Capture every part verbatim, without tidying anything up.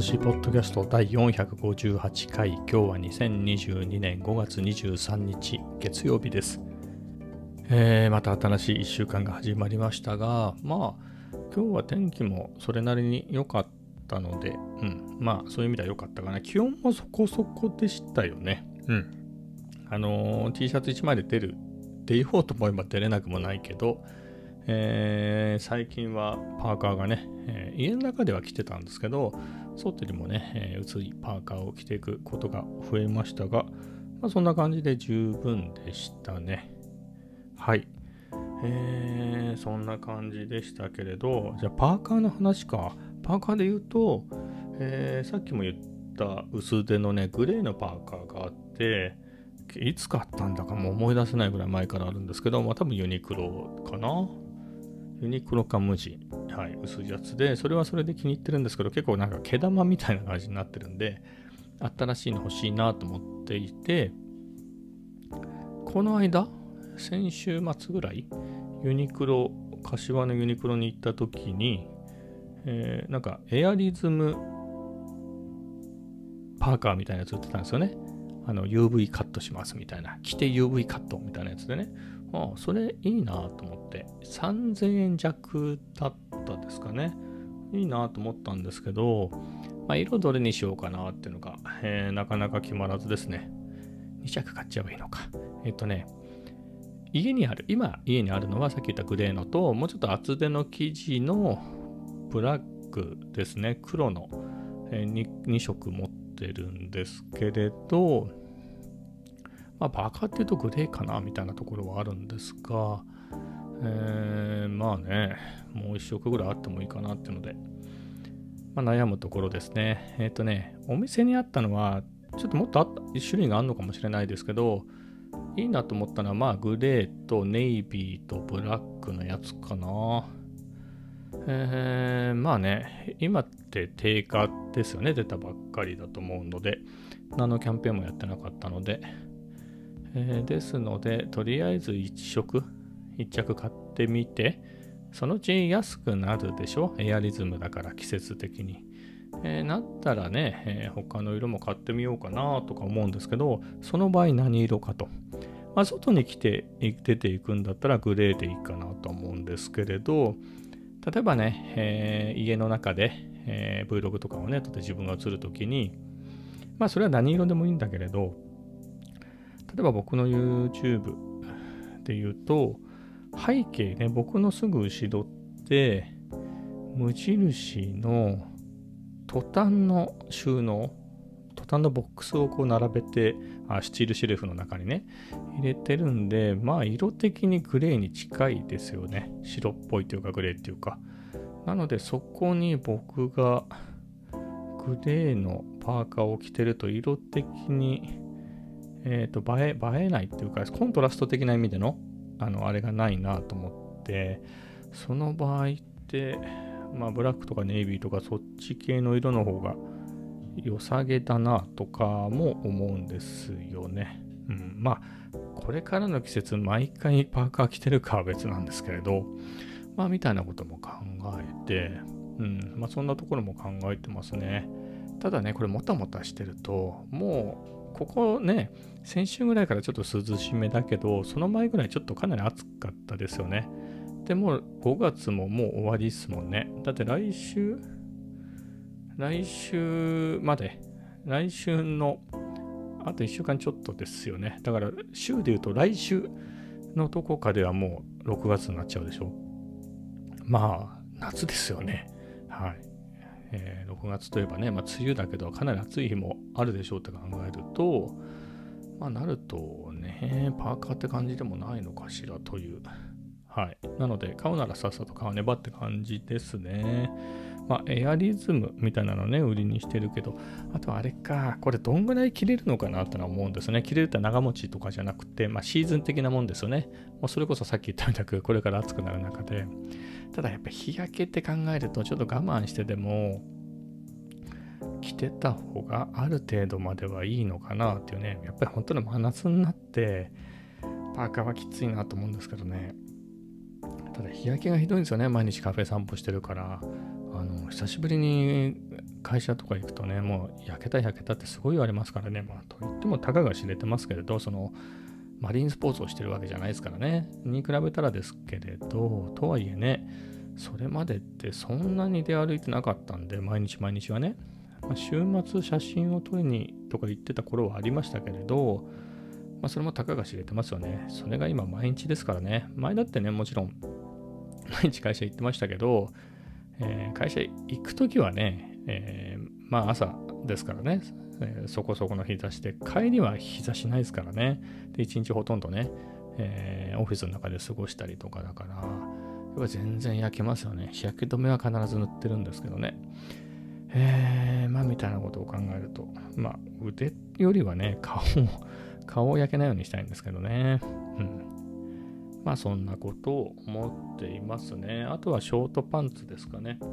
しポッドキャストだいよんひゃくごじゅうはちかい、今日はにせんにじゅうにねんごがつにじゅうさんにち月曜日です。えー、また新しいいっしゅうかんが始まりましたが、まあ今日は天気もそれなりに良かったので、うん、まあそういう意味では良かったかな。気温もそこそこでしたよね。うん。あのー、T シャツいちまいで出るって言おうと思えば出れなくもないけど、えー、最近はパーカーがね、えー、家の中では着てたんですけど、外にもね、えー、薄いパーカーを着ていくことが増えましたが、まあ、そんな感じで十分でしたね。はい、えー、そんな感じでしたけれど、じゃあパーカーの話か。パーカーで言うと、えー、さっきも言った薄手のねグレーのパーカーがあって、いつ買ったんだかも思い出せないぐらい前からあるんですけど、まあ多分ユニクロかな。ユニクロか無地、はい、薄いやつで、それはそれで気に入ってるんですけど、結構なんか毛玉みたいな感じになってるんで、新しいの欲しいなと思っていて、この間、先週末ぐらい、ユニクロ、柏のユニクロに行った時に、えー、なんかエアリズムパーカーみたいなやつ売ってたんですよね。あの ユーブイ カットしますみたいな、着て ユーブイ カットみたいなやつでね、ああそれいいなと思って、さんぜんえん弱だったですかね。いいなと思ったんですけど、まあ、色どれにしようかなっていうのが、えー、なかなか決まらずですね。に着買っちゃえばいいのか。えっとね、家にある、今家にあるのはさっき言ったグレーのと、もうちょっと厚手の生地のブラックですね、黒の、えー、に, に色持ってるんですけれど、まあ、パーカーっていうとグレーかなみたいなところはあるんですが、えー、まあね、もう一色ぐらいあってもいいかなっていうので、まあ、悩むところですね。えっ、ー、とね、お店にあったのは、ちょっともっとあった種類があるのかもしれないですけど、いいなと思ったのは、まあ、グレーとネイビーとブラックのやつかな。えー、まあね、今って定価ですよね、出たばっかりだと思うので、何のキャンペーンもやってなかったので、えー、ですので、とりあえずいち色、いっ着買ってみて、そのうち安くなるでしょ、エアリズムだから季節的に。えー、なったらね、えー、他の色も買ってみようかなとか思うんですけど、その場合何色かと。まあ、外に来て出ていくんだったらグレーでいいかなと思うんですけれど、例えばね、えー、家の中で、えー、Vlog とかをね、撮って自分が映るときに、まあそれは何色でもいいんだけれど、例えば僕の YouTube で言うと、背景ね、僕のすぐ後ろって、無印のトタンの収納、トタンのボックスをこう並べて、あ、スチールシェルフの中にね、入れてるんで、まあ色的にグレーに近いですよね。白っぽいというかグレーっていうか。なのでそこに僕がグレーのパーカーを着てると色的に、えっと、映え、映えないっていうか、コントラスト的な意味での、あの、あれがないなと思って、その場合って、まあ、ブラックとかネイビーとかそっち系の色の方が良さげだなとかも思うんですよね。うん、まあ、これからの季節、毎回パーカー着てるかは別なんですけれど、まあ、みたいなことも考えて、うん、まあ、そんなところも考えてますね。ただね、これもたもたしてると、もう、ここね、先週ぐらいからちょっと涼しめだけど、その前ぐらいちょっとかなり暑かったですよね。でもごがつももう終わりですもんね。だって来週、来週まで、来週のあといっしゅうかんちょっとですよね。だから週で言うと来週のどこかではもうろくがつになっちゃうでしょ。まあ、夏ですよね。はい。えー、ろくがつといえばね、まあ、梅雨だけどかなり暑い日もあるでしょうって考えると、まあ、なるとね、パーカーって感じでもないのかしらという。はい。なので、買うならさっさと買わねばって感じですね。まあ、エアリズムみたいなのね、売りにしてるけど、あとあれか、これどんぐらい着れるのかなってのは思うんですね。着れるって長持ちとかじゃなくて、まあ、シーズン的なもんですよね。もうそれこそさっき言ったみたく、これから暑くなる中で、ただやっぱ日焼けって考えると、ちょっと我慢してでも、着てた方がある程度まではいいのかなっていうね。やっぱり本当に真夏になって、パーカーはきついなと思うんですけどね。ただ日焼けがひどいんですよね。毎日カフェ散歩してるから。あの、久しぶりに会社とか行くとね、もう焼けた焼けたってすごい言われますからね、まあと言ってもたかが知れてますけれど、そのマリンスポーツをしてるわけじゃないですからね、に比べたらですけれど、とはいえね、それまでってそんなに出歩いてなかったんで、毎日毎日はね、まあ、週末写真を撮りにとか言ってた頃はありましたけれど、まあ、それもたかが知れてますよね。それが今毎日ですからね。前だってね、もちろん毎日会社行ってましたけど、えー、会社行くときはね、えー、まあ朝ですからね、えー、そこそこの日差しで、帰りは日差しないですからね。で、一日ほとんどね、えー、オフィスの中で過ごしたりとかだから、やっぱ全然焼けますよね。日焼け止めは必ず塗ってるんですけどね。えー、まあみたいなことを考えると、まあ腕よりはね、顔を、顔を焼けないようにしたいんですけどね。うん。まあそんなことを思っていますね。あとはショートパンツですかね。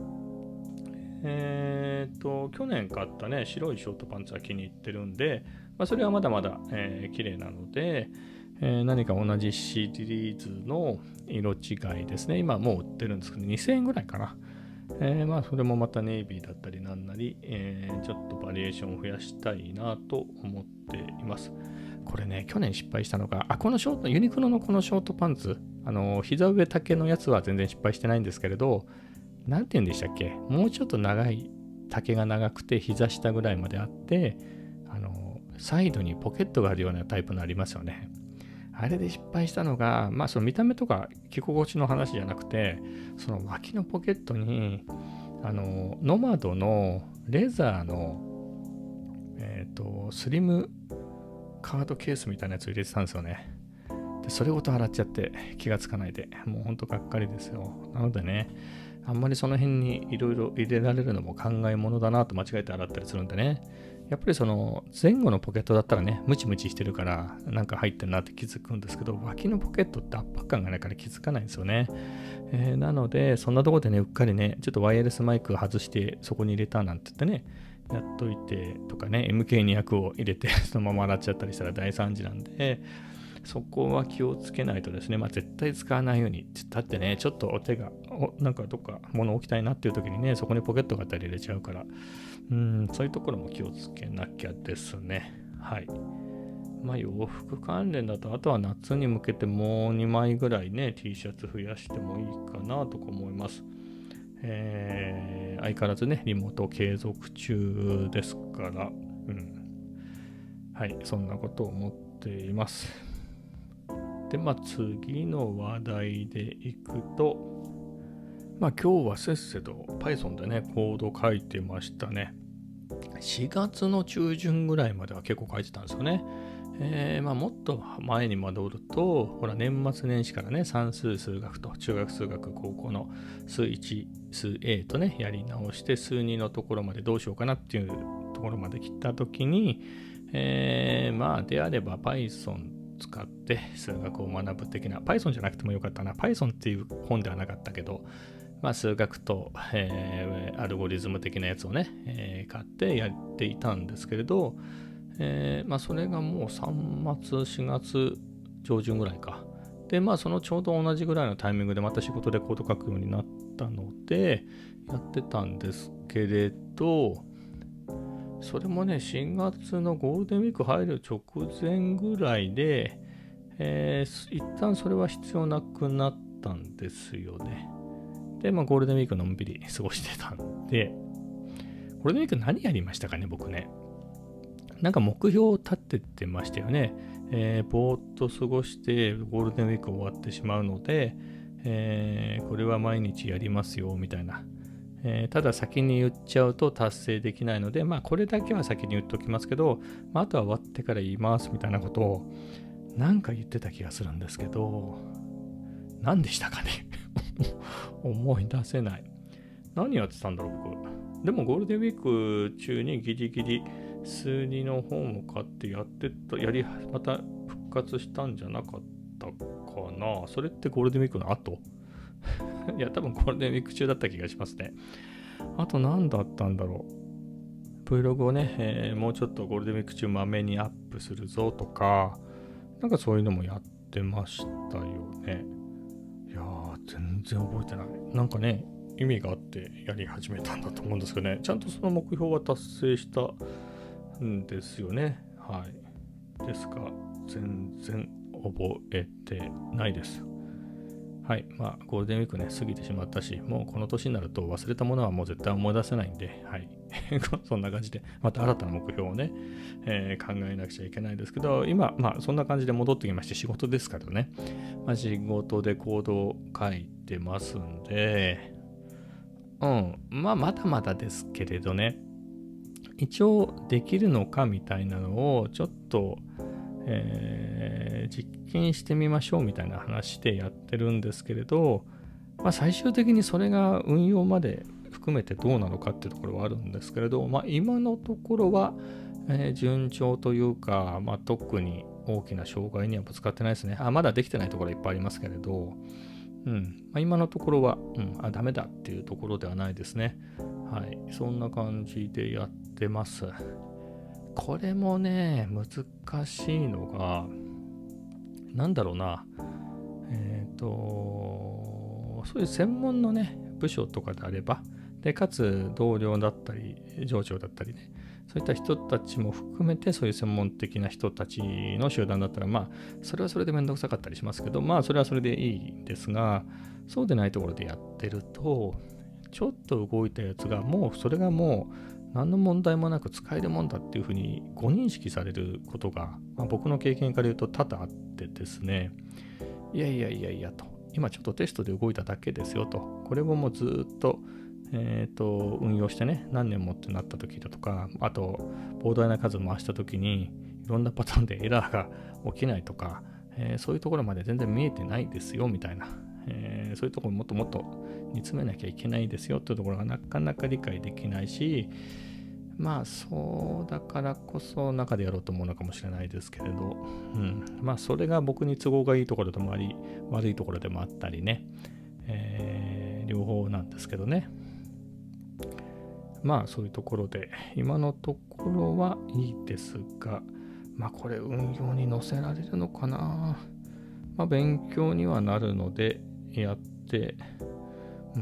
えっと、去年買ったね、白いショートパンツは気に入ってるんで、まあ、それはまだまだ、えー、綺麗なので、えー、何か同じシリーズの色違いですね。今もう売ってるんですけど、にせんえんぐらいかな。えー、まあそれもまたネイビーだったりなんなり、えー、ちょっとバリエーションを増やしたいなと思っています。これね、去年失敗したのが、あ、このショート、ユニクロのこのショートパンツ、あの、膝上丈のやつは全然失敗してないんですけれど、なんて言うんでしたっけ、もうちょっと長い、丈が長くて膝下ぐらいまであって、あの、サイドにポケットがあるようなタイプのありますよね。あれで失敗したのが、まあその見た目とか着心地の話じゃなくて、その脇のポケットに、あの、ノマドのレザーの、えっと、スリムカードケースみたいなやつを入れてたんですよね。で、それごと洗っちゃって気がつかないで、もうほんとがっかりですよ。なのでね、あんまりその辺にいろいろ入れられるのも考えものだなと間違えて洗ったりするんでね。やっぱりその前後のポケットだったらね、ムチムチしてるからなんか入ってるなって気づくんですけど、脇のポケットって圧迫感がないから気づかないんですよね。えー、なので、そんなところでね、うっかりね、ちょっとワイヤレスマイク外してそこに入れたなんて言ってね、やっといてとかね、エムケーにひゃく を入れてそのまま洗っちゃったりしたら大惨事なんで、そこは気をつけないとですね、まあ絶対使わないように。だってね、ちょっとお手が、おなんかどっか物置きたいなっていう時にね、そこにポケットがあったり入れちゃうから、うん、そういうところも気をつけなきゃですね。はい。まあ洋服関連だと、あとは夏に向けてもうにまいぐらいね、T シャツ増やしてもいいかなとか思います。えー、相変わらずね、リモート継続中ですから、うん。はい、そんなことを思っています。で、まあ次の話題でいくと、まあ今日はせっせと Python でね、コード書いてましたね。しがつの中旬ぐらいまでは結構書いてたんですよね。えー、まあもっと前に戻ると、ほら年末年始からね、算数数学と中学数学高校の数いち、数 A とね、やり直して数にのところまでどうしようかなっていうところまで来たときに、えー、まあであれば Python 使って数学を学ぶ的な、Python じゃなくてもよかったな、Python っていう本ではなかったけど、まあ数学と、えー、アルゴリズム的なやつをね、えー、買ってやっていたんですけれど、えー、まあそれがもうさんがつ、しがつ上旬ぐらいか。で、まあそのちょうど同じぐらいのタイミングでまた仕事でコード書くようになったので、やってたんですけれど、それもね、しがつのゴールデンウィーク入る直前ぐらいで、えー、一旦それは必要なくなったんですよね。で、まあゴールデンウィークのんびり過ごしてたんで、ゴールデンウィーク何やりましたかね、僕ね。なんか目標を立ててましたよね。えー、ぼーっと過ごしてゴールデンウィーク終わってしまうので、えー、これは毎日やりますよ、みたいな。えー、ただ先に言っちゃうと達成できないので、まあこれだけは先に言っておきますけど、まあ、あとは終わってから言いますみたいなことをなんか言ってた気がするんですけど、何でしたかね思い出せない。何やってたんだろう、僕。でもゴールデンウィーク中にギリギリ数にの本を買ってやってた、やり、また復活したんじゃなかったかな。それってゴールデンウィークの後いや、多分ゴールデンウィーク中だった気がしますね。あと何だったんだろう。Vlog をね、えー、もうちょっとゴールデンウィーク中まめにアップするぞとか、なんかそういうのもやってましたよね。いやー、全然覚えてない。なんかね、 意味があってやり始めたんだと思うんですけどね、ちゃんとその目標は達成したんですよね。はい。ですが、全然覚えてないです。はい。まあ、ゴールデンウィークね、過ぎてしまったし、もうこの年になると忘れたものはもう絶対思い出せないんで、はい。そんな感じで、また新たな目標をね、えー、考えなくちゃいけないですけど、今、まあ、そんな感じで戻ってきまして、仕事ですからね。まあ、仕事でコードを書いてますんで、うん。まあ、まだまだですけれどね、一応できるのかみたいなのを、ちょっと、えー、実験してみましょうみたいな話でやってるんですけれど、まあ、最終的にそれが運用まで含めてどうなのかっていうところはあるんですけれど、まあ、今のところは、えー、順調というか、まあ、特に大きな障害にはぶつかってないですね。あ、まだできてないところいっぱいありますけれど、うんまあ、今のところは、うん、あ、ダメだっていうところではないですね。はい、そんな感じでやってます。これもね、難しいのが、なんだろうな、えっと、そういう専門のね、部署とかであれば、で、かつ同僚だったり、上長だったりね、そういった人たちも含めて、そういう専門的な人たちの集団だったら、まあ、それはそれでめんどくさかったりしますけど、まあ、それはそれでいいんですが、そうでないところでやってると、ちょっと動いたやつが、もうそれがもう、何の問題もなく使えるもんだっていうふうにご認識されることが、まあ、僕の経験から言うと多々あってですね、いやいやいやいやと、今ちょっとテストで動いただけですよと、これをもうずっと、えーと、運用してね、何年もってなった時だとか、あと、膨大な数回した時に、いろんなパターンでエラーが起きないとか、えー、そういうところまで全然見えてないですよみたいな、えー、そういうところもっともっと煮詰めなきゃいけないですよっていうところがなかなか理解できないし、まあそうだからこそ中でやろうと思うのかもしれないですけれど、うん、まあそれが僕に都合がいいところでもあり、悪いところでもあったりね、えー、両方なんですけどね。まあそういうところで今のところはいいですが、まあこれ運用に載せられるのかな。まあ勉強にはなるのでやって、うん、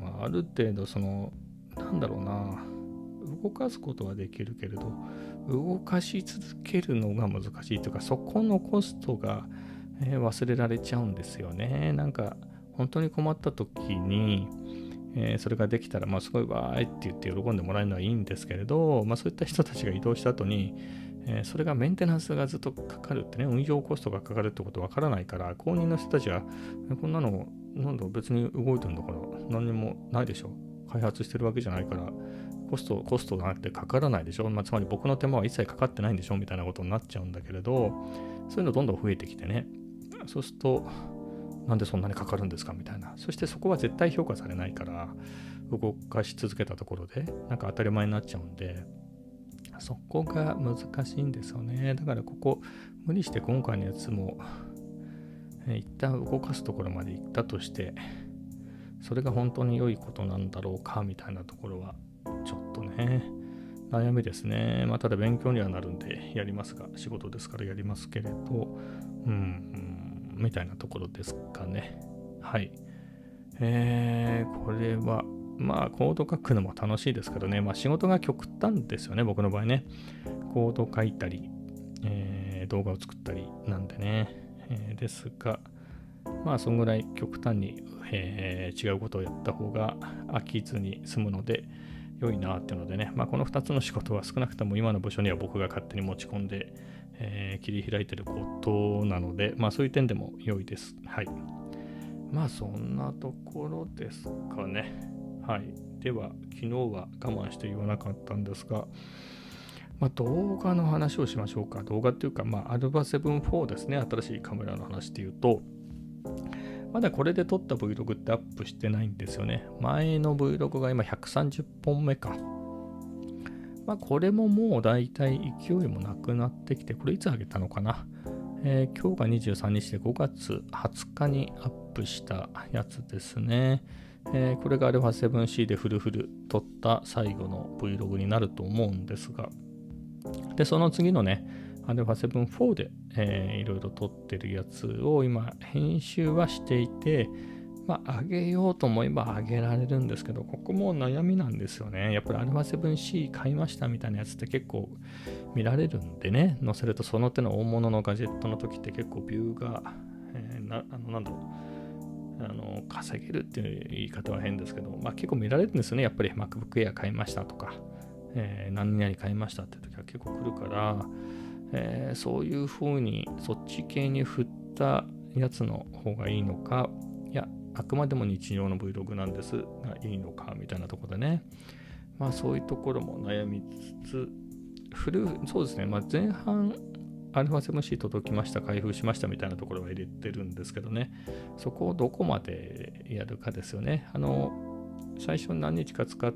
まあ、ある程度そのなんだろうな、動かすことはできるけれど動かし続けるのが難しいというか、そこのコストが、えー、忘れられちゃうんですよね。なんか本当に困った時に、えー、それができたら、まあ、すごいわーいって言って喜んでもらえるのはいいんですけれど、まあ、そういった人たちが移動した後に、えー、それがメンテナンスがずっとかかるってね、運用コストがかかるってことわからないから、後任の人たちはこんなのなんだ別に動いてるんだから何にもないでしょ、開発してるわけじゃないからコストコストがなくてかからないでしょ、まあ、つまり僕の手間は一切かかってないんでしょみたいなことになっちゃうんだけれど、そういうのどんどん増えてきてね、そうするとなんでそんなにかかるんですかみたいな、そしてそこは絶対評価されないから動かし続けたところでなんか当たり前になっちゃうんで、そこが難しいんですよね。だからここ無理して今回のやつも一旦動かすところまで行ったとして、それが本当に良いことなんだろうかみたいなところはちょっとね悩みですね。まあただ勉強にはなるんでやりますが、仕事ですからやりますけれど、うん、うん、みたいなところですかね。はい。えー、これはまあコード書くのも楽しいですけどね、まあ仕事が極端ですよね、僕の場合ね。コード書いたり、えー、動画を作ったりなんでね、えー、ですが、まあそんぐらい極端に、えー、違うことをやった方が飽きずに済むので良いなっていうのでね、まあこのふたつの仕事は少なくとも今の部署には僕が勝手に持ち込んで、えー、切り開いてることなので、まあそういう点でも良いです。はい。まあそんなところですかね。はい。では昨日は我慢して言わなかったんですが、まあ、動画の話をしましょうか。動画っていうか、まあ、アルバセブンフォーですね。新しいカメラの話っていうと、まだこれで撮った Vlog ってアップしてないんですよね。前の Vlog が今ひゃくさんじゅっぽんめか。まあ、これももうだいたい勢いもなくなってきて、これいつ上げたのかな。えー、今日がにじゅうさんにちでごがつはつかにアップしたやつですね。えー、これが アルファセブンシー でフルフル撮った最後の Vlog になると思うんですが、で、その次のね、アルファセブンフォー で、えー、いろいろ撮ってるやつを今編集はしていて、 まあ、上げようと思えば上げられるんですけど、ここも悩みなんですよね。やっぱり アルファセブンシー 買いましたみたいなやつって結構見られるんでね、載せるとその手の大物のガジェットの時って結構ビューが、えー、な, あのなんだろう、あの稼げるっていう言い方は変ですけど、まあ結構見られるんですよね。やっぱり MacBook Air 買いましたとか、えー、何々買いましたって時は結構来るから、えー、そういう風にそっち系に振ったやつの方がいいのか、いや、あくまでも日常の Vlog なんですがいいのかみたいなところでね、まあそういうところも悩みつつ、フル、そうですね、まあ前半 アルファセブンシー 届きました、開封しましたみたいなところは入れてるんですけどね、そこをどこまでやるかですよね。あの、最初何日か使って、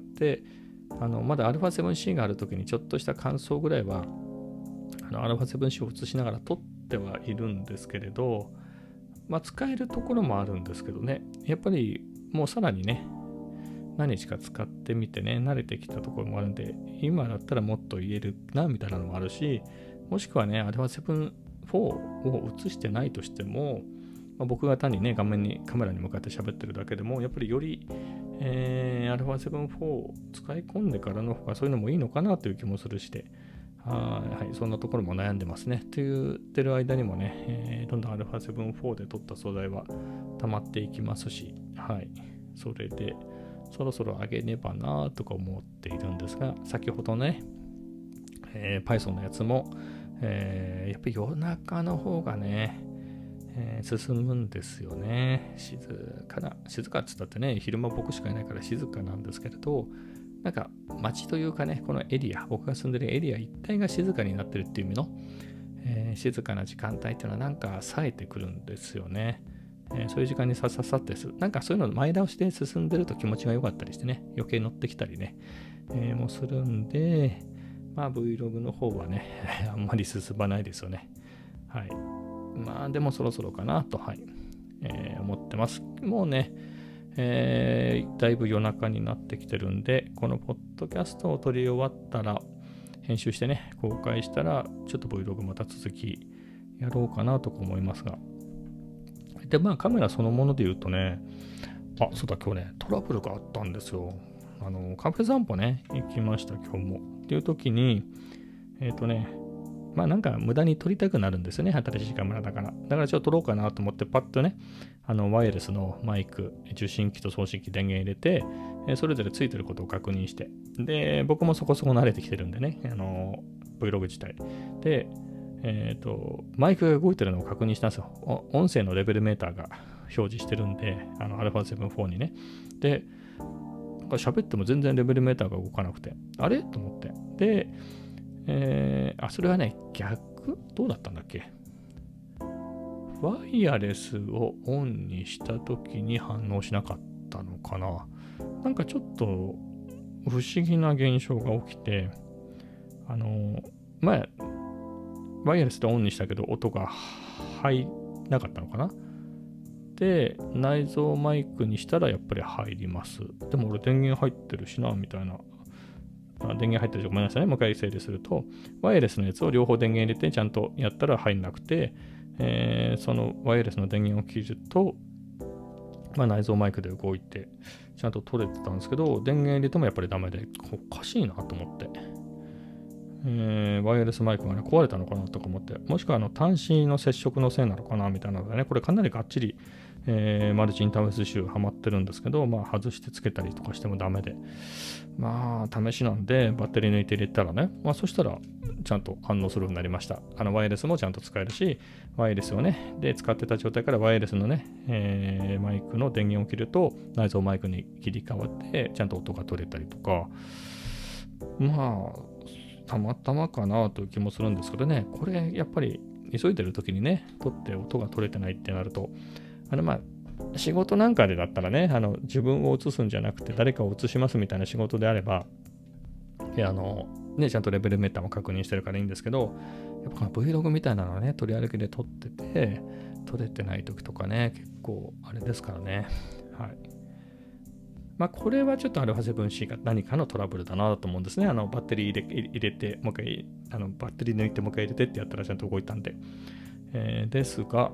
あのまだ アルファセブンシー があるときにちょっとした感想ぐらいは、あの アルファセブンシー を映しながら撮ってはいるんですけれど、まあ、使えるところもあるんですけどね、やっぱりもうさらにね、何日か使ってみてね、慣れてきたところもあるんで、今だったらもっと言えるなみたいなのもあるし、もしくはね、アルファセブンフォー を映してないとしても、まあ、僕が単にね、画面にカメラに向かって喋ってるだけでも、やっぱりより、えー、アルファセブンフォー を使い込んでからの方がそういうのもいいのかなという気もするしで、はい、そんなところも悩んでますね。と言ってる間にもね、えー、どんどん アルファセブンフォー で撮った素材は溜まっていきますし、はい、それでそろそろ上げねばなとか思っているんですが、先ほどね、えー、Python のやつも、えー、やっぱり夜中の方がね、えー、進むんですよね。静かな、静かっつったってね、昼間僕しかいないから静かなんですけれど、なんか街というかね、このエリア、僕が住んでるエリア一帯が静かになってるっていう意味の、えー、静かな時間帯っていうのはなんか冴えてくるんですよね。えー、そういう時間にさささってする。なんかそういうの前倒しで進んでると気持ちが良かったりしてね、余計乗ってきたりね、えー、もうするんで、まあ Vlog の方はね、あんまり進まないですよね。はい。まあでもそろそろかなと、はい、えー、思ってます。もうね、えー、だいぶ夜中になってきてるんで、このポッドキャストを撮り終わったら、編集してね、公開したら、ちょっと Vlog また続きやろうかなとか思いますが。で、まあカメラそのもので言うとね、あ、そうだ、今日ね、トラブルがあったんですよ。あの、カフェ散歩ね、行きました、今日も。っていう時に、えっとね、まあなんか無駄に撮りたくなるんですよね。新しいカメラだから。だからちょっと撮ろうかなと思ってパッとね、あのワイヤレスのマイク、受信機と送信機電源入れて、それぞれついてることを確認して。で、僕もそこそこ慣れてきてるんでね、あの Vlog 自体。で、えっと、マイクが動いてるのを確認したんですよ。音声のレベルメーターが表示してるんで、あの アルファセブンフォー にね。で、喋っても全然レベルメーターが動かなくて、あれと思って。で、えー、あ、それはね、逆どうだったんだっけ？ワイヤレスをオンにしたときに反応しなかったのかな。なんかちょっと不思議な現象が起きて、あの、前、ワイヤレスでオンにしたけど音が入らなかったのかな。で、内蔵マイクにしたらやっぱり入ります。でも俺電源入ってるしな、みたいな。電源入ってるしごめんなさいね。もう一回整理すると、ワイヤレスのやつを両方電源入れてちゃんとやったら入んなくて、えー、そのワイヤレスの電源を切ると、まあ、内蔵マイクで動いて、ちゃんと取れてたんですけど、電源入れてもやっぱりダメで、おかしいなと思って、えー、ワイヤレスマイクがね、壊れたのかなとか思って、もしくはあの端子の接触のせいなのかなみたいなのでね、これかなりがっちり、えー、マルチインターフェース集はまってるんですけど、まあ外してつけたりとかしてもダメで、まあ試しなんでバッテリー抜いて入れたらね、まあそしたらちゃんと反応するようになりました。あのワイヤレスもちゃんと使えるし、ワイヤレスをね、で使ってた状態からワイヤレスのね、えー、マイクの電源を切ると内蔵マイクに切り替わってちゃんと音が取れたりとか、まあたまたまかなという気もするんですけどね、これやっぱり急いでる時にね、撮って音が取れてないってなると、あのまあ仕事なんかでだったらね、あの自分を映すんじゃなくて誰かを映しますみたいな仕事であれば、いやあのね、ちゃんとレベルメーターも確認してるからいいんですけど、やっぱこの Vlog みたいなのはね、取り歩きで撮ってて、撮れてない時とかね、結構あれですからね。はい。まあこれはちょっと アルファセブンシー が何かのトラブルだなと思うんですね。あのバッテリー入れ入れて、もう一回、あのバッテリー抜いてもう一回入れてってやったらちゃんと動いたんで。えー、ですが、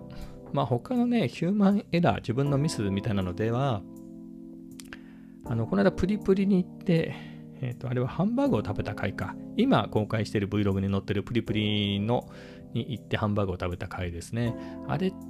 まあ他のね、ヒューマンエラー、自分のミスみたいなのでは、あの、この間プリプリに行って、えっと、あれはハンバーグを食べた回か。今公開している Vlog に載ってるプリプリのに行ってハンバーグを食べた回ですね。あれって、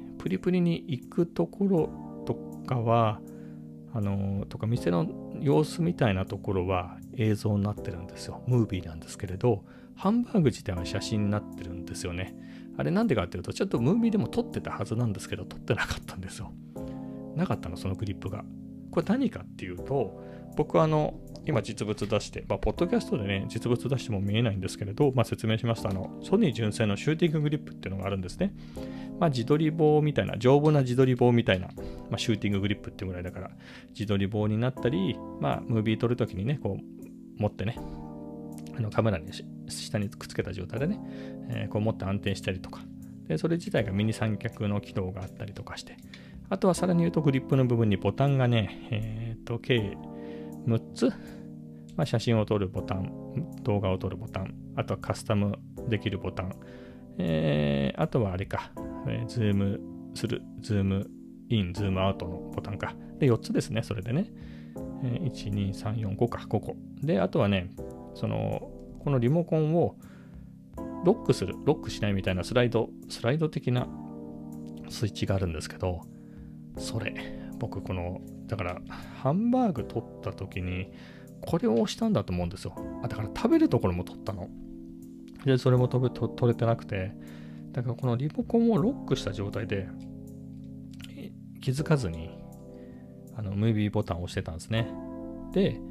プリプリに行くところとかは、あの、とか店の様子みたいなところは映像になってるんですよ。ムービーなんですけれど、ハンバーグ自体は写真になってるんですよね。あれなんでかっていうと、ちょっとムービーでも撮ってたはずなんですけど、撮ってなかったんですよ。なかったの、そのクリップが。これ何かっていうと、僕はあの、今実物出して、まあ、ポッドキャストでね、実物出しても見えないんですけれど、まあ、説明しますと、あの、ソニー純正のシューティンググリップっていうのがあるんですね。まあ、自撮り棒みたいな、丈夫な自撮り棒みたいな、まあ、シューティンググリップっていうぐらいだから、自撮り棒になったり、まあ、ムービー撮るときにね、こう、持ってね、あのカメラに下にくっつけた状態でね、えー、こう持って安定したりとか、で、それ自体がミニ三脚の機能があったりとかして、あとはさらに言うとグリップの部分にボタンがね、えっと、計むっつ、まあ、写真を撮るボタン、動画を撮るボタン、あとはカスタムできるボタン、えー、あとはあれか、えー、ズームする、ズームイン、ズームアウトのボタンか。で、よっつですね、それでね。えー、いち、に、さん、よん、ごか、ごこ。で、あとはね、その、このリモコンをロックする、ロックしないみたいなスライド、スライド的なスイッチがあるんですけど、それ、僕この、だからハンバーグ取った時に、これを押したんだと思うんですよ。あ、だから食べるところも取ったの。で、それも取れ、取れてなくて、だからこのリモコンをロックした状態で、気づかずに、あの、ムービーボタンを押してたんですね。で、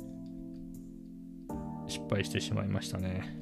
失敗してしまいましたね。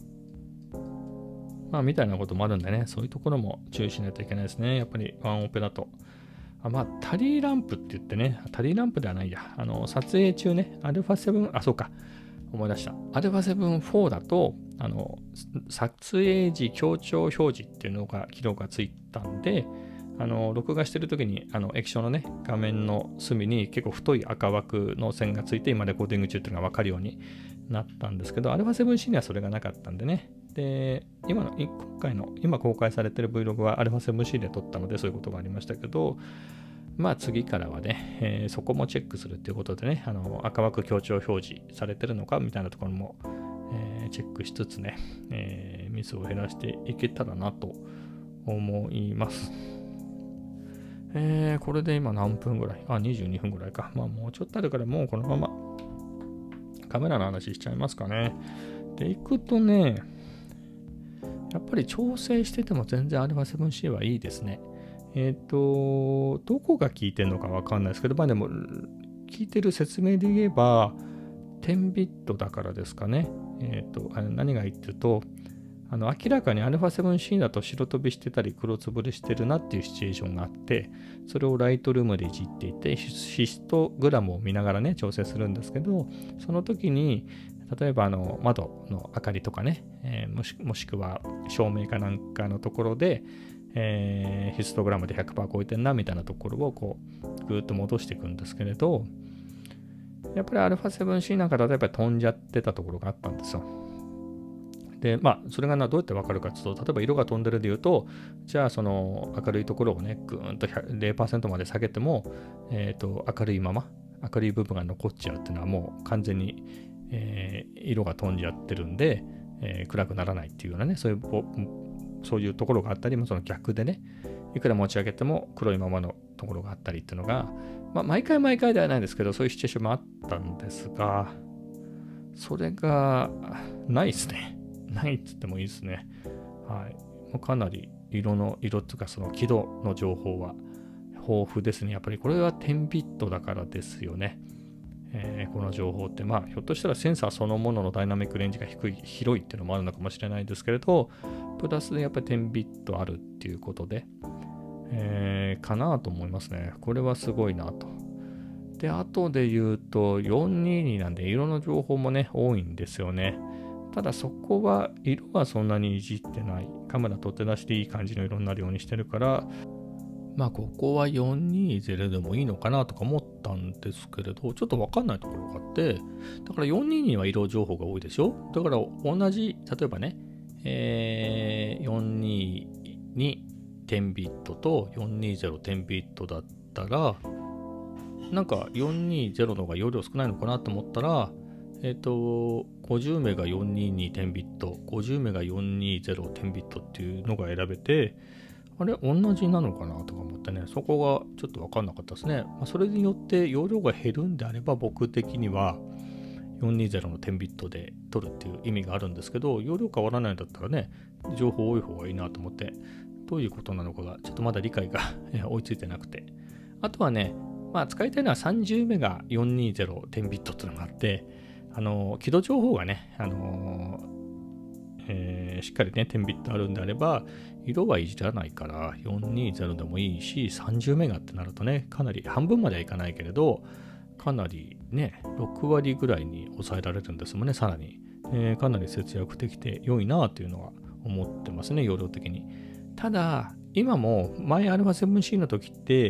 まあ、みたいなこともあるんでね、そういうところも注意しないといけないですね。やっぱりワンオペだと。あまあ、タリーランプって言ってね、タリーランプではないや。あの、撮影中ね、アルファセブン、あ、そうか。思い出した。アルファセブンフォーだと、あの、撮影時強調表示っていうのが、機能がついたんで、あの、録画してるときに、あの、液晶のね、画面の隅に結構太い赤枠の線がついて、今レコーディング中っていうのがわかるようになったんですけど、アルファセブンシー にはそれがなかったんでね。で、今の、今回の、今公開されてる Vlog は アルファセブンシー で撮ったので、そういうことがありましたけど、まあ次からはね、えー、そこもチェックするっていうことでね、あの赤枠強調表示されてるのかみたいなところも、えー、チェックしつつね、えー、ミスを減らしていけたらなと思います。えー、これで今何分ぐらい？あ、にじゅうにふんぐらいか。まあもうちょっとあるからもうこのままカメラの話しちゃいますかね。で、いくとね、やっぱり調整してても全然 アルファセブンシー はいいですね。えっと、どこが効いてるのかわかんないですけど、まあでも、聞いてる説明で言えば、じゅうビットだからですかね。えっと、何が言ってると、あの明らかに アルファセブンシー だと白飛びしてたり黒つぶれしてるなっていうシチュエーションがあって、それをライトルームでいじっていて、ヒストグラムを見ながらね、調整するんですけど、その時に、例えばあの窓の明かりとかね、えー、もし、もしくは照明かなんかのところで、えー、ヒストグラムで ひゃくパーセント 超えてんなみたいなところをこうぐーっと戻していくんですけれど、やっぱり アルファセブンシー なんか例えば飛んじゃってたところがあったんですよ。で、まあ、それがなどうやってわかるかというと、例えば色が飛んでるでいうと、じゃあその明るいところをね、ぐーんと ゼロパーセント まで下げても、えっと、明るいまま、明るい部分が残っちゃうっていうのはもう完全に、えー、色が飛んじゃってるんで、えー、暗くならないっていうようなね、そういうそういうところがあったりも、その逆でね、いくら持ち上げても黒いままのところがあったりっていうのが、まあ、毎回毎回ではないんですけど、そういうシチュエーションもあったんですが、それがないですね。ないって言ってもいいですね。はい。もうかなり色の、色というかその輝度の情報は豊富ですね。やっぱりこれはじゅうビットだからですよね。えー、この情報って、まあ、ひょっとしたらセンサーそのもののダイナミックレンジが低い、広いっていうのもあるのかもしれないですけれど、プラスでやっぱりじゅうビットあるっていうことで、えー、かなと思いますね。これはすごいなと。で、後で言うと、よんにーにーなんで色の情報もね、多いんですよね。ただそこは、色はそんなにいじってない。カメラ取って出していい感じの色になるようにしてるから、まあ、ここはよんにーゼロでもいいのかなとか思ったんですけれど、ちょっとわかんないところがあって、だからよんにーにーは色情報が多いでしょ？だから同じ、例えばね、えー、よんにーにじゅうビットとよんひゃくにじゅうじゅうビットだったら、なんかよんひゃくにじゅうの方が容量少ないのかなと思ったら、えっと、ごじゅうメガよんひゃくにじゅうにじゅうビット、ごじゅうメガよんひゃくにじゅうじゅうビットっていうのが選べて、あれ、同じなのかなとか思ってね、そこがちょっと分かんなかったですね。まあ、それによって容量が減るんであれば、僕的にはよんひゃくにじゅうのじゅうビットで取るっていう意味があるんですけど、容量変わらないんだったらね、情報多い方がいいなと思って、どういうことなのかがちょっとまだ理解が追いついてなくて。あとはね、まあ使いたいのはさんじゅうメガよんひゃくにじゅうじゅうビットっていうのがあって、あの、起動情報がね、あのえー、しっかりね、じゅうビットあるんであれば、色はいじらないからよんひゃくにじゅうでもいいし、さんじゅうメガってなるとね、かなり半分まではいかないけれど、かなりね、ろくわりぐらいに抑えられるんですもんね、さらに。えー、かなり節約できて良いなというのは思ってますね、容量的に。ただ、今も前 アルファセブンシー の時って、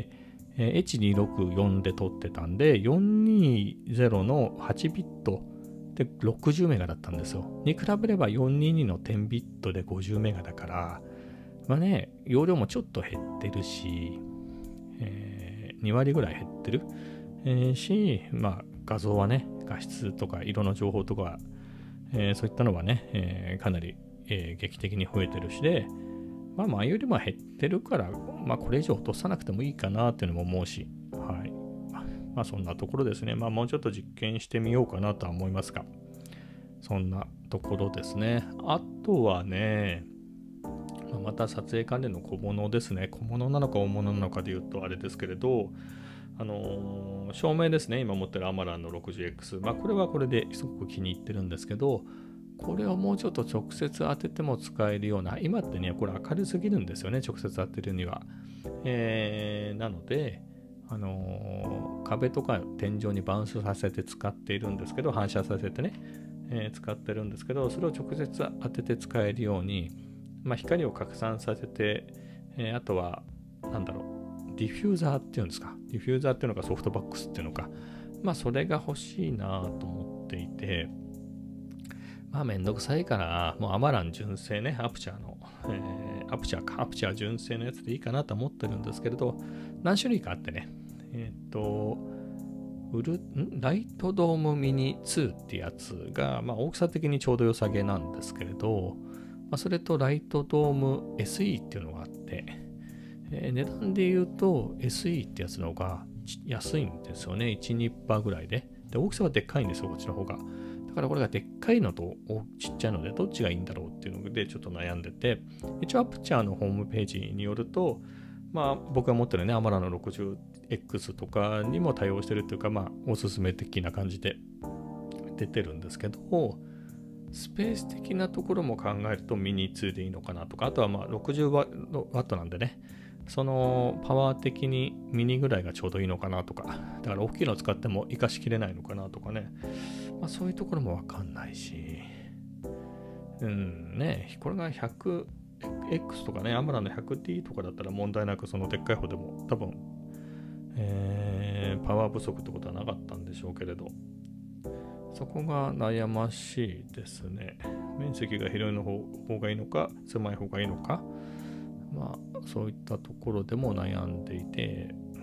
えー、エイチにーろくよん で撮ってたんで、よんひゃくにじゅうのはちビットでろくじゅうメガだったんですよ。に比べればよんひゃくにじゅうにのじゅうビットでごじゅうメガだから、まあね、容量もちょっと減ってるし、えー、にわりぐらい減ってる、えー、し、まあ画像はね、画質とか色の情報とか、えー、そういったのはね、えー、かなり、えー、劇的に増えてるしで、まあ前よりも減ってるから、まあこれ以上落とさなくてもいいかなっていうのも思うし、はい。まあそんなところですね。まあもうちょっと実験してみようかなとは思いますが、そんなところですね。あとはね、また撮影関連の小物ですね。小物なのか大物なのかで言うとあれですけれど、あのー、照明ですね。今持ってるアマランの ろくじゅうエックス。まあこれはこれですごく気に入ってるんですけど、これをもうちょっと直接当てても使えるような、今ってね、これ明るすぎるんですよね、直接当てるには。えー、なので、あのー、壁とか天井にバウンスさせて使っているんですけど、反射させてね、えー、使ってるんですけど、それを直接当てて使えるように、まあ、光を拡散させて、えー、あとは、なんだろう、ディフューザーっていうんですか、ディフューザーっていうのがソフトバックスっていうのか、まあ、それが欲しいなと思っていて、まあめんどくさいから、もうアマラン純正ね、アプチャーの、えー、アプチャーか、アプチャー純正のやつでいいかなと思ってるんですけれど、何種類かあってね、えっ、ー、と、ウルんライトドームミニツーってやつが、まあ大きさ的にちょうど良さげなんですけれど、まあ、それとライトドーム エスイー っていうのがあって、えー、値段で言うと エスイー ってやつの方が安いんですよね。いち、にパーセントぐらいで。で、大きさはでっかいんですよ、こっちの方が。だからこれがでっかいのとちっちゃいのでどっちがいいんだろうっていうのでちょっと悩んでて、一応アプチャーのホームページによると、まあ僕が持ってるね、アマラの ろくじゅうエックス とかにも対応してるっていうか、まあおすすめ的な感じで出てるんですけど、スペース的なところも考えるとミニツーでいいのかなとか、あとはまあろくじゅうワットなんでね、そのパワー的にミニぐらいがちょうどいいのかなとか、だから大きいのを使っても活かしきれないのかなとかね、まあそういうところもわかんないし、うんね、これが ひゃくエックス とかね、アムラの ひゃくティー とかだったら問題なくそのでっかい方でも多分、えー、パワー不足ってことはなかったんでしょうけれど、そこが悩ましいですね。面積が広いの方がいいのか、狭い方がいいのか、まあそういったところでも悩んでいて、うん、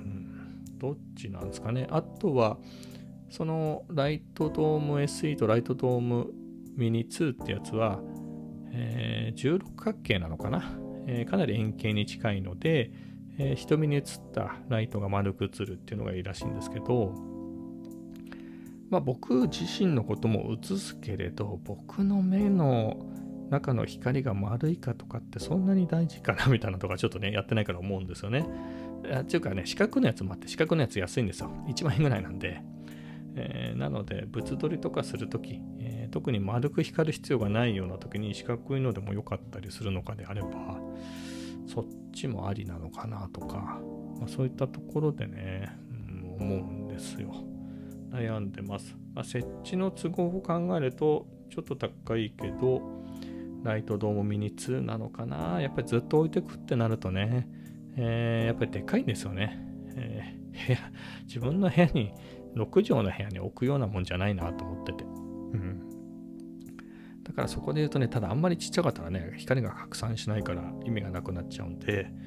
どっちなんですかね。あとはそのライトドーム エスイー とライトドームミニツーってやつは、えー、じゅうろく角形なのかな、えー、かなり円形に近いので、えー、瞳に映ったライトが丸く映るっていうのがいいらしいんですけど、まあ僕自身のことも映すけれど、僕の目の中の光が丸いかとかってそんなに大事かなみたいなとかちょっとねやってないから思うんですよね。っていうかね、四角のやつもあって、四角のやつ安いんですよ。いちまんえんぐらいなんで。えー、なので物撮りとかするとき、えー、特に丸く光る必要がないようなときに四角いのでも良かったりするのかであれば、そっちもありなのかなとか、まあ、そういったところでね、うん、思うんですよ。悩んでます。まあ、設置の都合を考えるとちょっと高いけど、ライトドームミニツーなのかな。やっぱりずっと置いてくってなるとね、えー、やっぱりでかいんですよね。えー、部屋、自分の部屋にろく畳の部屋に置くようなもんじゃないなと思ってて。うん。だからそこで言うとね、ただあんまりちっちゃかったらね、光が拡散しないから意味がなくなっちゃうんで、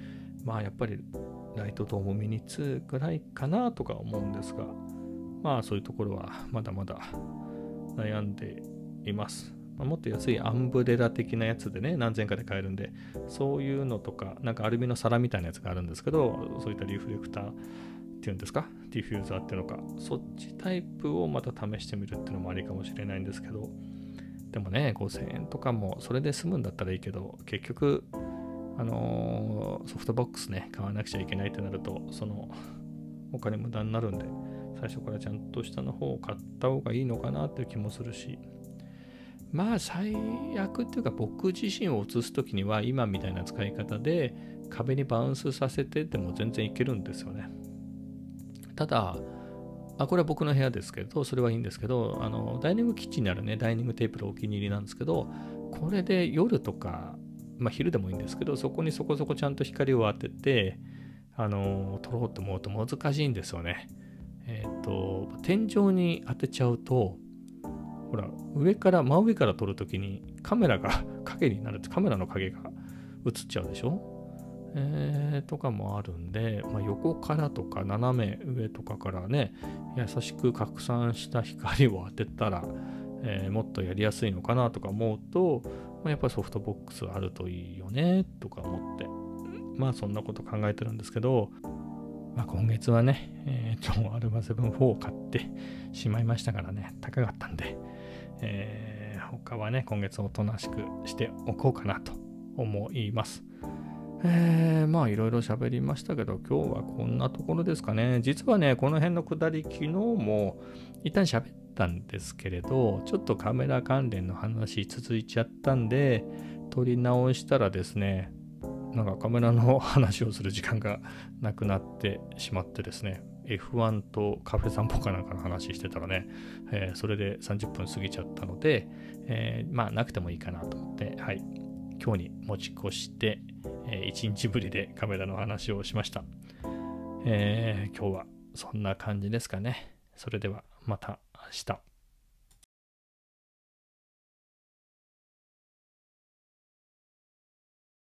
まあやっぱりライトドームミニツーぐらいかなとか思うんですが、まあそういうところはまだまだ悩んでいます。まあ、もっと安いアンブレラ的なやつでね、何千かで買えるんで、そういうのとか、なんかアルミの皿みたいなやつがあるんですけど、そういったリフレクターっていうんですか、ディフューザーっていうのか、そっちタイプをまた試してみるっていうのもありかもしれないんですけど、でもね、ごせんえんとかもそれで済むんだったらいいけど、結局、あのーソフトボックスね、買わなくちゃいけないってなると、そのお金無駄になるんで、最初からちゃんとしたの方を買った方がいいのかなっていう気もするし、まあ最悪っていうか僕自身を映すときには今みたいな使い方で壁にバウンスさせてでも全然いけるんですよね。ただ、あこれは僕の部屋ですけど、それはいいんですけど、あのダイニングキッチンにあるね、ダイニングテーブルお気に入りなんですけど、これで夜とか、まあ昼でもいいんですけど、そこにそこそこちゃんと光を当てて、あの撮ろうと思うと難しいんですよね。えっと、天井に当てちゃうと、ほら、上から、真上から撮るときにカメラが影になるって、カメラの影が映っちゃうでしょ、えー、とかもあるんで、まあ、横からとか斜め上とかからね、優しく拡散した光を当てたら、えー、もっとやりやすいのかなとか思うと、まあ、やっぱりソフトボックスあるといいよねとか思って、まあそんなこと考えてるんですけど、まあ、今月はね、えー、とアルマセブンフォーを買ってしまいましたからね、高かったんで、えー、他はね、今月おとなしくしておこうかなと思います。えー、まあいろいろ喋りましたけど、今日はこんなところですかね。実はね、この辺のくだり、昨日も一旦喋ったんですけれど、ちょっとカメラ関連の話続いちゃったんで、撮り直したらですね、なんかカメラの話をする時間がなくなってしまってですね、エフワン とカフェ散歩かなんかの話してたらね、えー、それでさんじゅっぷん過ぎちゃったので、えー、まあなくてもいいかなと思って、はい、今日に持ち越して、えー、いちにちぶりでカメラの話をしました。えー、今日はそんな感じですかね。それではまた明日。